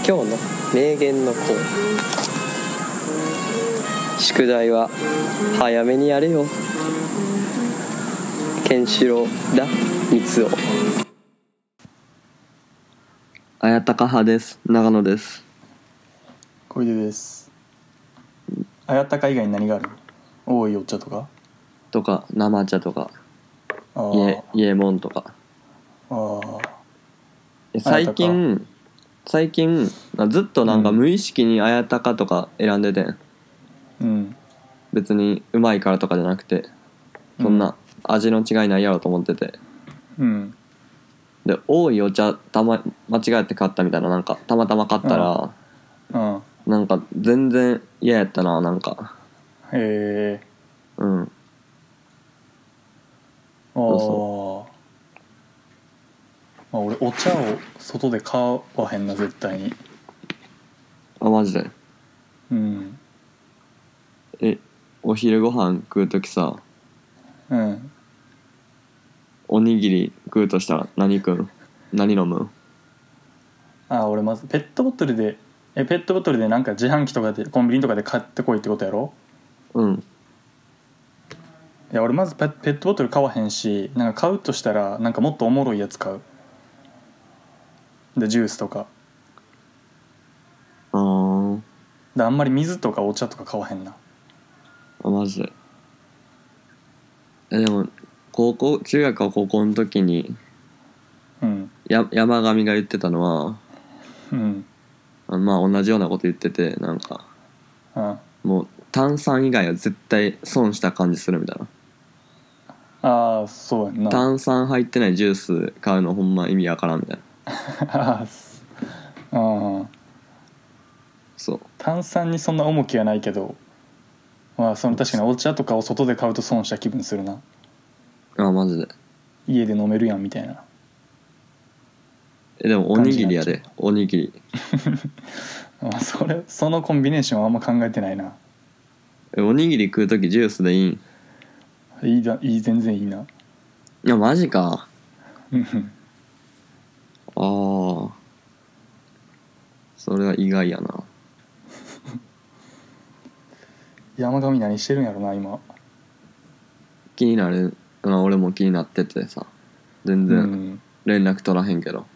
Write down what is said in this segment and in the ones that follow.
今日の名言のコーナー。宿題は早めにやれよ。ケンシロウだ三つお。 綾鷹派です。長野です。 小出です。綾鷹以外に何がある？多いお茶とか生茶とか伊右衛門とか。最近ずっとなんか無意識に綾鷹とか選んでてん、 うん、 別にうまいからとかじゃなくて、そんな味の違いないやろと思ってて、 うん、 で多いお茶間違って買ったみたいな、なんかたまたま買ったら、なんか全然嫌やったな。なんかへえ。 そうそう。 俺お茶を外で買わへんな、絶対に。 マジで？お昼ご飯食うときさ、おにぎり食うとしたら何食う？何飲む？ 俺まずペットボトルでなんか自販機とかでコンビニとかで買ってこいってことやろ？いや俺まずペットボトル買わへんし、なんか買うとしたらなんかもっとおもろいやつ買う。でジュースとかで、あんまり水とかお茶とか買わへんな。 マジで？でも中学か高校の時に、山上が言ってたのは、まあ同じようなこと言ってて、なんか、もう炭酸以外は絶対損した感じするみたいな。 そうやんな。 炭酸入ってないジュース買うのほんま意味わからんみたいな。そう。 炭酸にそんな重きはないけど、その確かにお茶とかを外で買うと損した気分するな。 マジで？ 家で飲めるやんみたいな。 でもおにぎりやで、おにぎり。 そのコンビネーションはあんま考えてないな。 おにぎり食うときジュースでいいん？ いい、全然いいな。 いやマジか。それは意外やな。 山上何してるんやろな今。 気になる。俺も気になっててさ、全然連絡取らへんけど、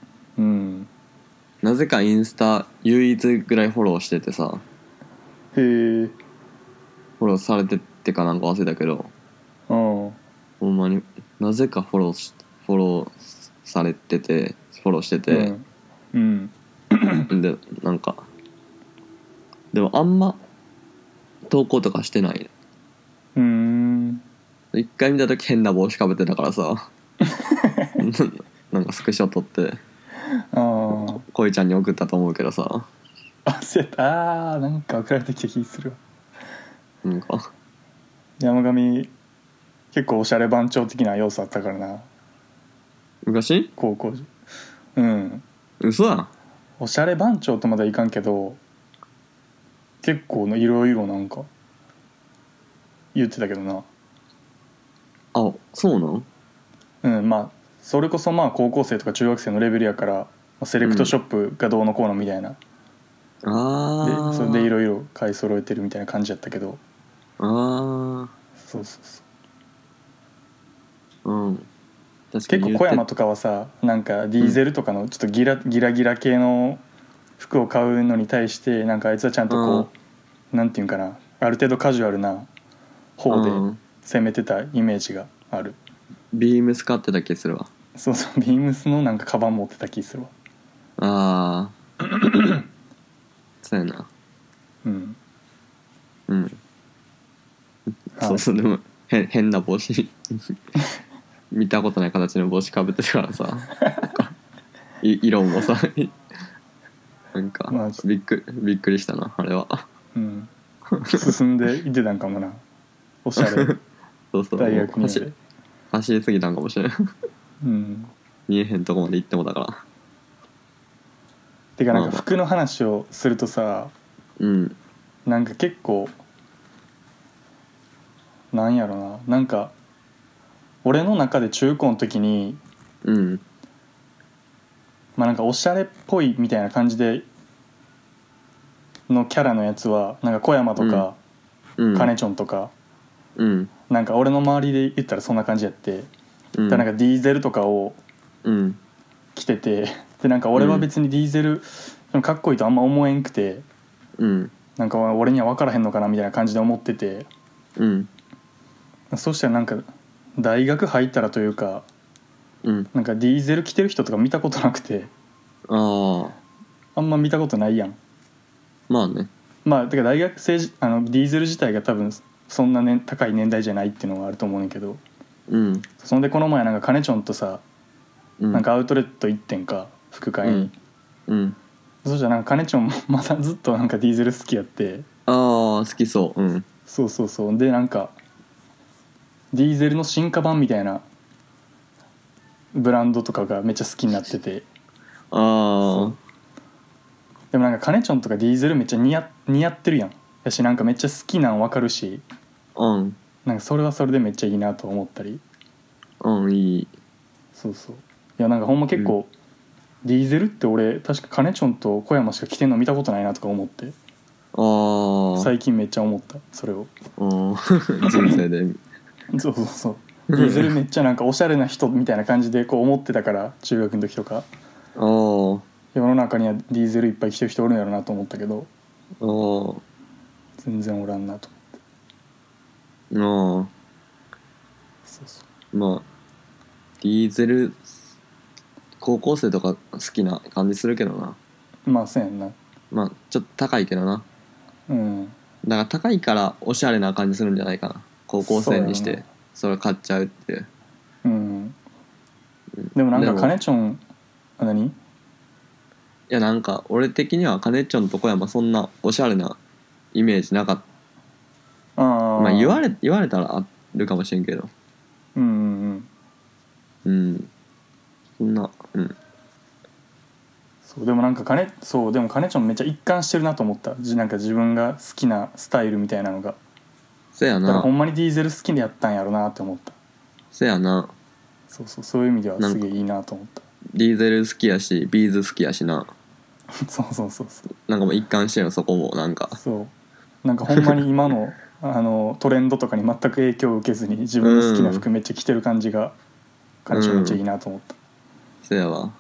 なぜかインスタ唯一ぐらいフォローしててさ。 へえ。 フォローされてってかなんか忘れたけど、ほんまになぜかフォローされてて、フォローしてて、でなんかでもあんま投稿とかしてない。一回見た時変な帽子かぶってたからさなんかスクショ撮って恋ちゃんに送ったと思うけどさ。 なんか送られてきた気するわ。 なんか山上結構おしゃれ番長的な要素あったからな、 昔。 高校時。 嘘やん。 おしゃれ番長とまだいかんけど、結構いろいろなんか言ってたけどな。 そうなん？ まあそれこそ高校生とか中学生のレベルやから、セレクトショップがどうのこうのみたいな、でそれでいろいろ買い揃えてるみたいな感じやったけど。そう確かに結構小山とかはさ、なんかディーゼルとかのちょっとギラギラ系の服を買うのに対して、なんかあいつはちゃんとこう、なんていうんかな、ある程度カジュアルな方で攻めてたイメージがある。 ビームス買ってた気するわ。 そうビームスのなんかカバン持ってた気するわ。 そうやな。そうでも変な帽子見たことない形の帽子かぶってるからさ色もさなんかびっくりしたなあれは。 進んでいってたんかもな、おしゃれ。大学に走りすぎたんかもしれん。見えへんとこまで行ってもだから。 てかなんか服の話をするとさ、なんか結構なんやろな、なんか俺の中で中高の時に、なんかおしゃれっぽいみたいな感じでのキャラのやつはなんか小山とか、カネチョンとか、なんか俺の周りで言ったらそんな感じやって、だからなんかディーゼルとかを着てて、でなんか俺は別にディーゼルかっこいいとあんま思えんくて、なんか俺には分からへんのかなみたいな感じで思ってて、そしたらなんか大学入ったらというか、なんかディーゼル着てる人とか見たことなくて、あんま見たことないやん。 まあね。 まあてか大学生ディーゼル自体が多分そんな、ね、高い年代じゃないっていうのはあると思うんやけど、そんでこの前なんかカネチョンとさ、なんかアウトレット行ってんか服買いに、そしたらなんかカネチョンもまだずっとなんかディーゼル好きやって、 好きそう。 そうでなんかディーゼルの進化版みたいなブランドとかがめっちゃ好きになってて、でもなんかカネチョンとかディーゼルめっちゃ似合ってるやん。やしなんかめっちゃ好きなん分かるし、なんかそれはそれでめっちゃいいなと思ったり。 いい。 そういやなんかほんま結構、ディーゼルって俺確かカネチョンと小山しか着てんの見たことないなとか思って、最近めっちゃ思ったそれを。 人生でそうディーゼルめっちゃなんかおしゃれな人みたいな感じでこう思ってたから、中学の時とか世の中にはディーゼルいっぱい着てる人おるんやろなと思ったけど、全然おらんなと思って。 まあディーゼル高校生とか好きな感じするけどな。 まあそうやんな。 まあちょっと高いけどな。だから高いからおしゃれな感じするんじゃないかな、高校生にしてそれ買っちゃうっていう。 でもなんかカネチョン何？ いやなんか俺的にはカネチョンと小山そんなおしゃれなイメージなかった。まあ言われたらあるかもしれんけど、そんなそうでもなんかでもカネチョンめっちゃ一貫してるなと思った。なんか自分が好きなスタイルみたいなのが。 せやな。 だからほんまにディーゼル好きでやったんやろなって思った。 せやな。 そういう意味ではすげえいいなと思った。 ディーゼル好きやしビーズ好きやしな。 そうなんかもう一貫してるのそこもなんか。 なんかほんまに今のトレンドとかに全く影響を受けずに自分の好きな服めっちゃ着てる感じが、カネチョンめっちゃいいなと思った。 せやわ。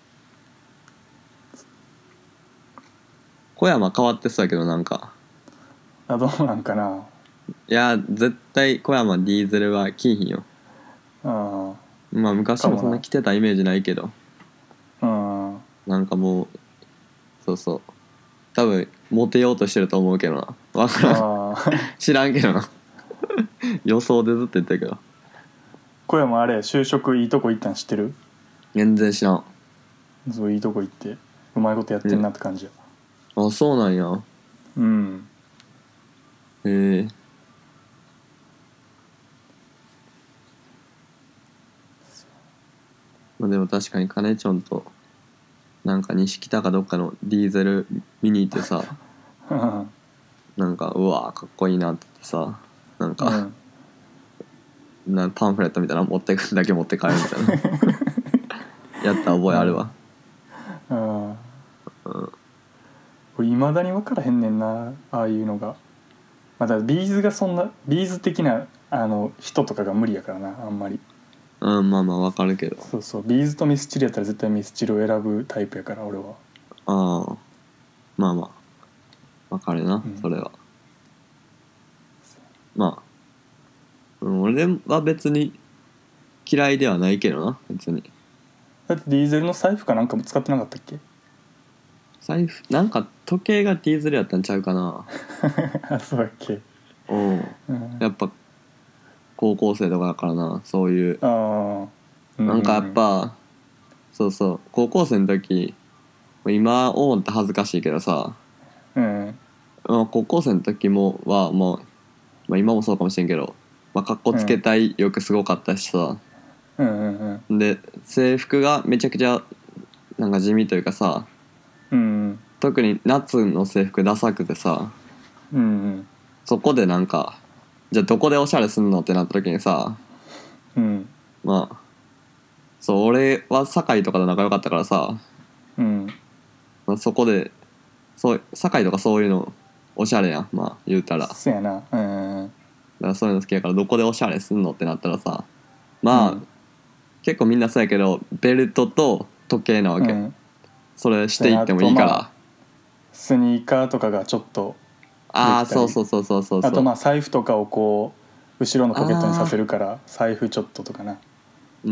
小山変わってそうやけどなんか。 どうなんかな。 いや絶対小山ディーゼルは着いひんよ。まあ昔もそんな着てたイメージないけど、なんかもうそう多分モテようとしてると思うけどな。わからん知らんけどな予想でずっと言ってるけど。 小山あれ就職いいとこ行ったん知ってる？ 全然知らん。 そういいとこ行ってうまいことやってんなって感じや。 あ、そうなんや。へえ。まあでも確かにカネチョンとなんか西北かどっかのディーゼル見に行ってさなんかうわかっこいいなってさ、なんか、パンフレットみたいなの持ってくだけ持って帰るみたいなやった覚えあるわ。 俺いまだに分からへんねんな、ああいうのが。まだビーズがそんなビーズ的な人とかが無理やからな、あんまり。 まあまあ分かるけど。 ビーズとミスチルやったら絶対ミスチルを選ぶタイプやから俺は。 まあまあ分かるな、それは。まあ俺は別に嫌いではないけどな、別に。 だってディーゼルの財布かなんかも使ってなかったっけ？ 財布なんか時計がディーゼルやったんちゃうかなあ、そうだっけ。 やっぱ高校生とかだからな、そういうなんかやっぱ高校生の時、今思って恥ずかしいけどさ、高校生の時もはもう、今もそうかもしれんけど、かっこつけたい欲すごかったしさ、で制服がめちゃくちゃなんか地味というかさ、特に夏の制服ダサくてさ、そこでなんかじゃあどこでおしゃれすんのってなった時にさ、まあ俺は堺とかで仲良かったからさ、そこでそう堺とかそういうのおしゃれやん、まあ言うたら。 そうやな。うん。 だからそういうの好きやから、どこでおしゃれすんのってなったらさ、まあ、 うん結構みんなそうやけどベルトと時計なわけ、それしていってもいいから、 スニーカーとかがちょっとああそうそうそうそうそう、 あとまあ財布とかをこう後ろのポケットにさせるから財布ちょっととかな。 うん、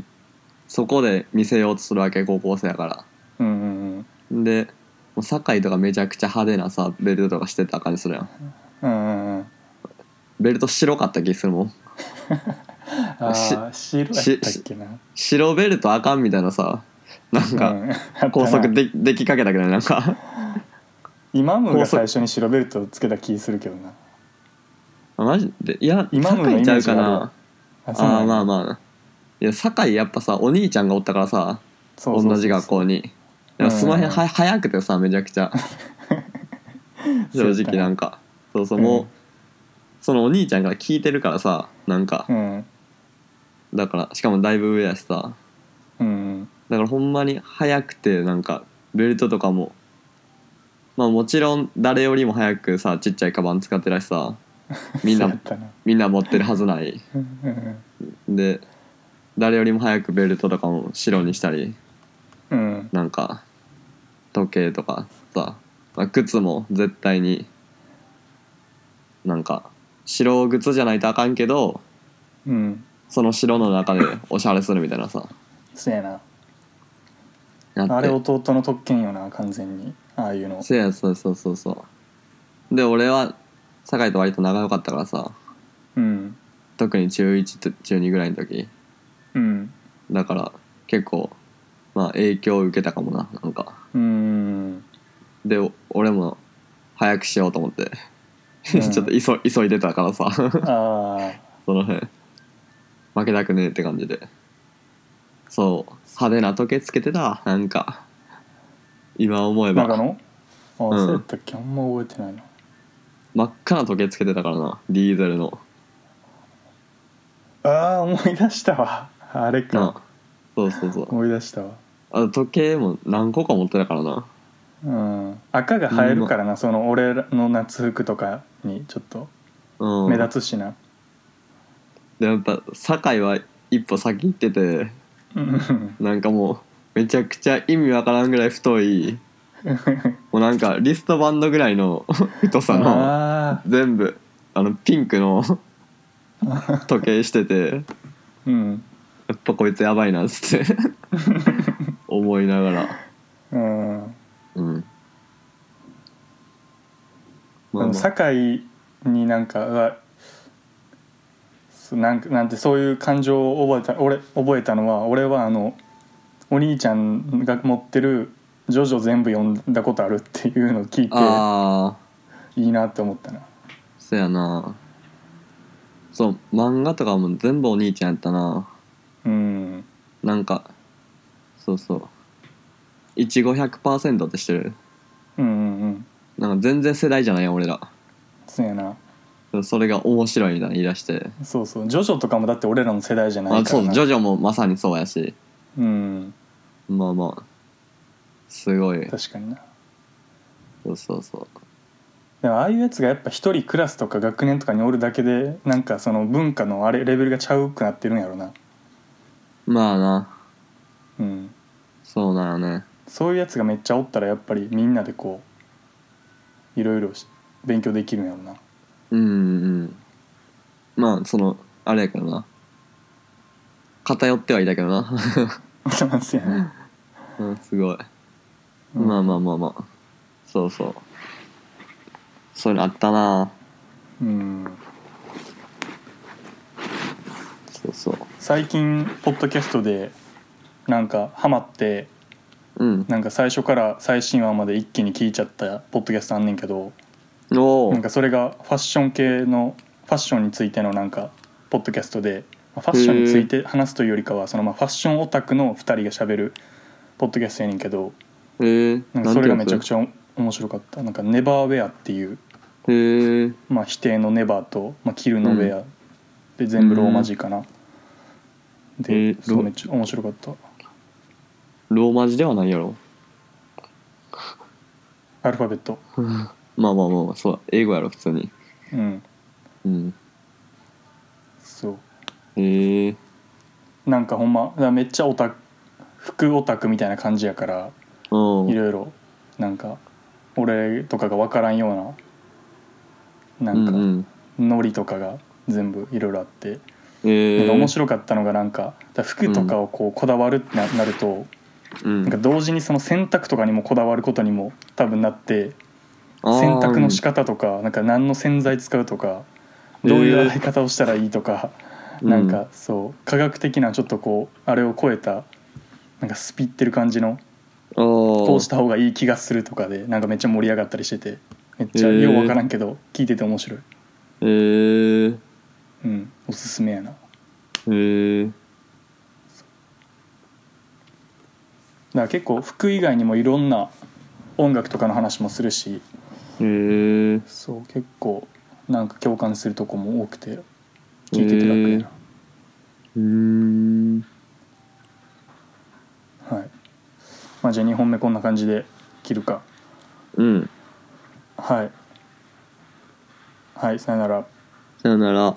そこで見せようとするわけ、高校生やから。 うんうんでもう堺とかめちゃくちゃ派手なさベルトとかしてた感じするやん。 うんうんうん。 ベルト白かった気するもん。 ああ白やったっけな。 白ベルトあかんみたいなさ、なんか高速できかけたけど、なんかイマムが最初に白ベルトをつけた気するけどな。 マジで、いやイマムのイメージがあるわ。 ああまあまあ、いや堺やっぱさお兄ちゃんがおったからさ、同じ学校に。その辺早くてさめちゃくちゃ正直なんかそうそう、もうそのお兄ちゃんから聞いてるからさ、なんかだからしかもだいぶ上やしさ、だからほんまに早くて、なんかベルトとかもまあもちろん誰よりも早くさちっちゃいカバン使ってらしさ、みんな持ってるはずないで、誰よりも早くベルトとかも白にしたり、なんか時計とかさ、まあ、靴も絶対になんか白靴じゃないとあかんけど、その白の中でおしゃれするみたいなさ。 そうやな。あれ弟の特権よな完全に、ああいうの。 そうそうそうそう。で俺は堺と割と仲良かったからさ、特に中1と中2ぐらいの時、だから結構まあ影響を受けたかもな、なんか。で俺も早くしようと思ってちょっと急いでたからさその辺負けたくねえって感じで、そう派手な時計つけてた、なんか今思えば。 中野そうやったっけ、あんま覚えてないな。 真っ赤な時計つけてたからな、ディーゼルの。 思い出したわ、あれか。 そうそうそう、 思い出したわ。 あと時計も何個か持ってたからな。 赤が映えるからな、その俺の夏服とかにちょっと目立つしな。 でやっぱ堺は一歩先行っててなんかもうめちゃくちゃ意味わからんぐらい太いもうなんかリストバンドぐらいの太さの全部ピンクの時計してて、やっぱこいつやばいなっつって思いながら、 堺になんかなんてそういう感情を覚えたのは、俺はお兄ちゃんが持ってるジョジョ全部読んだことあるっていうのを聞いていいなって思ったな。 そやな、そう漫画とかも全部お兄ちゃんやったな。なんかそうそう、いちご 100% ってしてる。なんか全然世代じゃないやん俺ら。 そうやな。 それが面白いみたいな言い出して。 そうそう、ジョジョとかもだって俺らの世代じゃないからな。 そうジョジョもまさにそうやし、まあまあすごい。 確かにな。 そうそうそう。 でもああいうやつがやっぱ一人クラスとか学年とかにおるだけでなんかその文化のレベルがちゃうくなってるんやろな。 まあな、そうなんよね。 そういうやつがめっちゃおったらやっぱりみんなでこういろいろ勉強できるんやろな。 まあそのあれやけどな、偏ってはいたけどなそうやな。 すごい、まあまあまあまあ、そうそう、そういうのあったな。そうそう。 最近ポッドキャストでなんかハマって、なんか最初から最新話まで一気に聞いちゃったポッドキャストあんねんけど、なんかそれがファッション系のファッションについてのなんかポッドキャストで、ファッションについて話すというよりかはそのファッションオタクの2人がしゃべるポッドキャストやねんけど、なんかそれがめちゃくちゃ面白かった。なんかネバーウェアっていう、否定のネバーと、キルのウェアで全部ローマ字かな。でそうめっちゃ面白かった。 ローマ字ではないやろ。 アルファベット。 まあまあまあそう英語やろ普通に。うんそうへえなんかほんまだからめっちゃ服オタクみたいな感じやからいろいろなんか俺とかが分からんようななんかノリとかが全部いろいろあって、なんか面白かったのがなんか服とかをこうこだわるってなると、なんか同時にその洗濯とかにもこだわることにも多分なって、洗濯の仕方とかなんか何の洗剤使うとかどういう洗い方をしたらいいとか、なんかそう科学的なちょっとこうあれを超えたなんかスピってる感じのこうした方がいい気がするとかでなんかめっちゃ盛り上がったりしてて、めっちゃようわからんけど聞いてて面白い。おすすめやな。だから結構服以外にもいろんな音楽とかの話もするし、そう結構なんか共感するとこも多くて聞いてて楽やな。はい。まあじゃあ2本目こんな感じで切るか。はい、さよなら。 さよなら。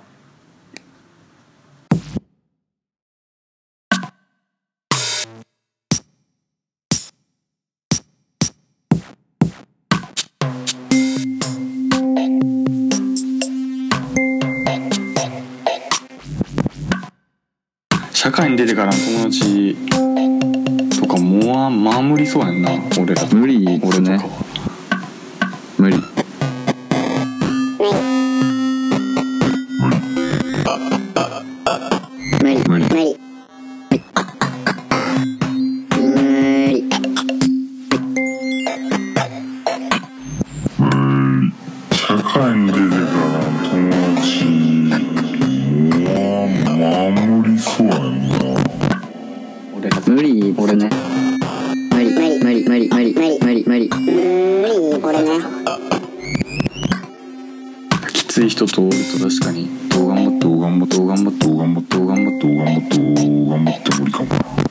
社会に出てからの友達とかもうまあ無理そうやんな。俺ら無理ですね。 俺とかは無理。 社会に出てから友達守りそうやんな。 無理俺ね。無理俺ね。 きつい人とおると確かにどう頑張っても無理かもな。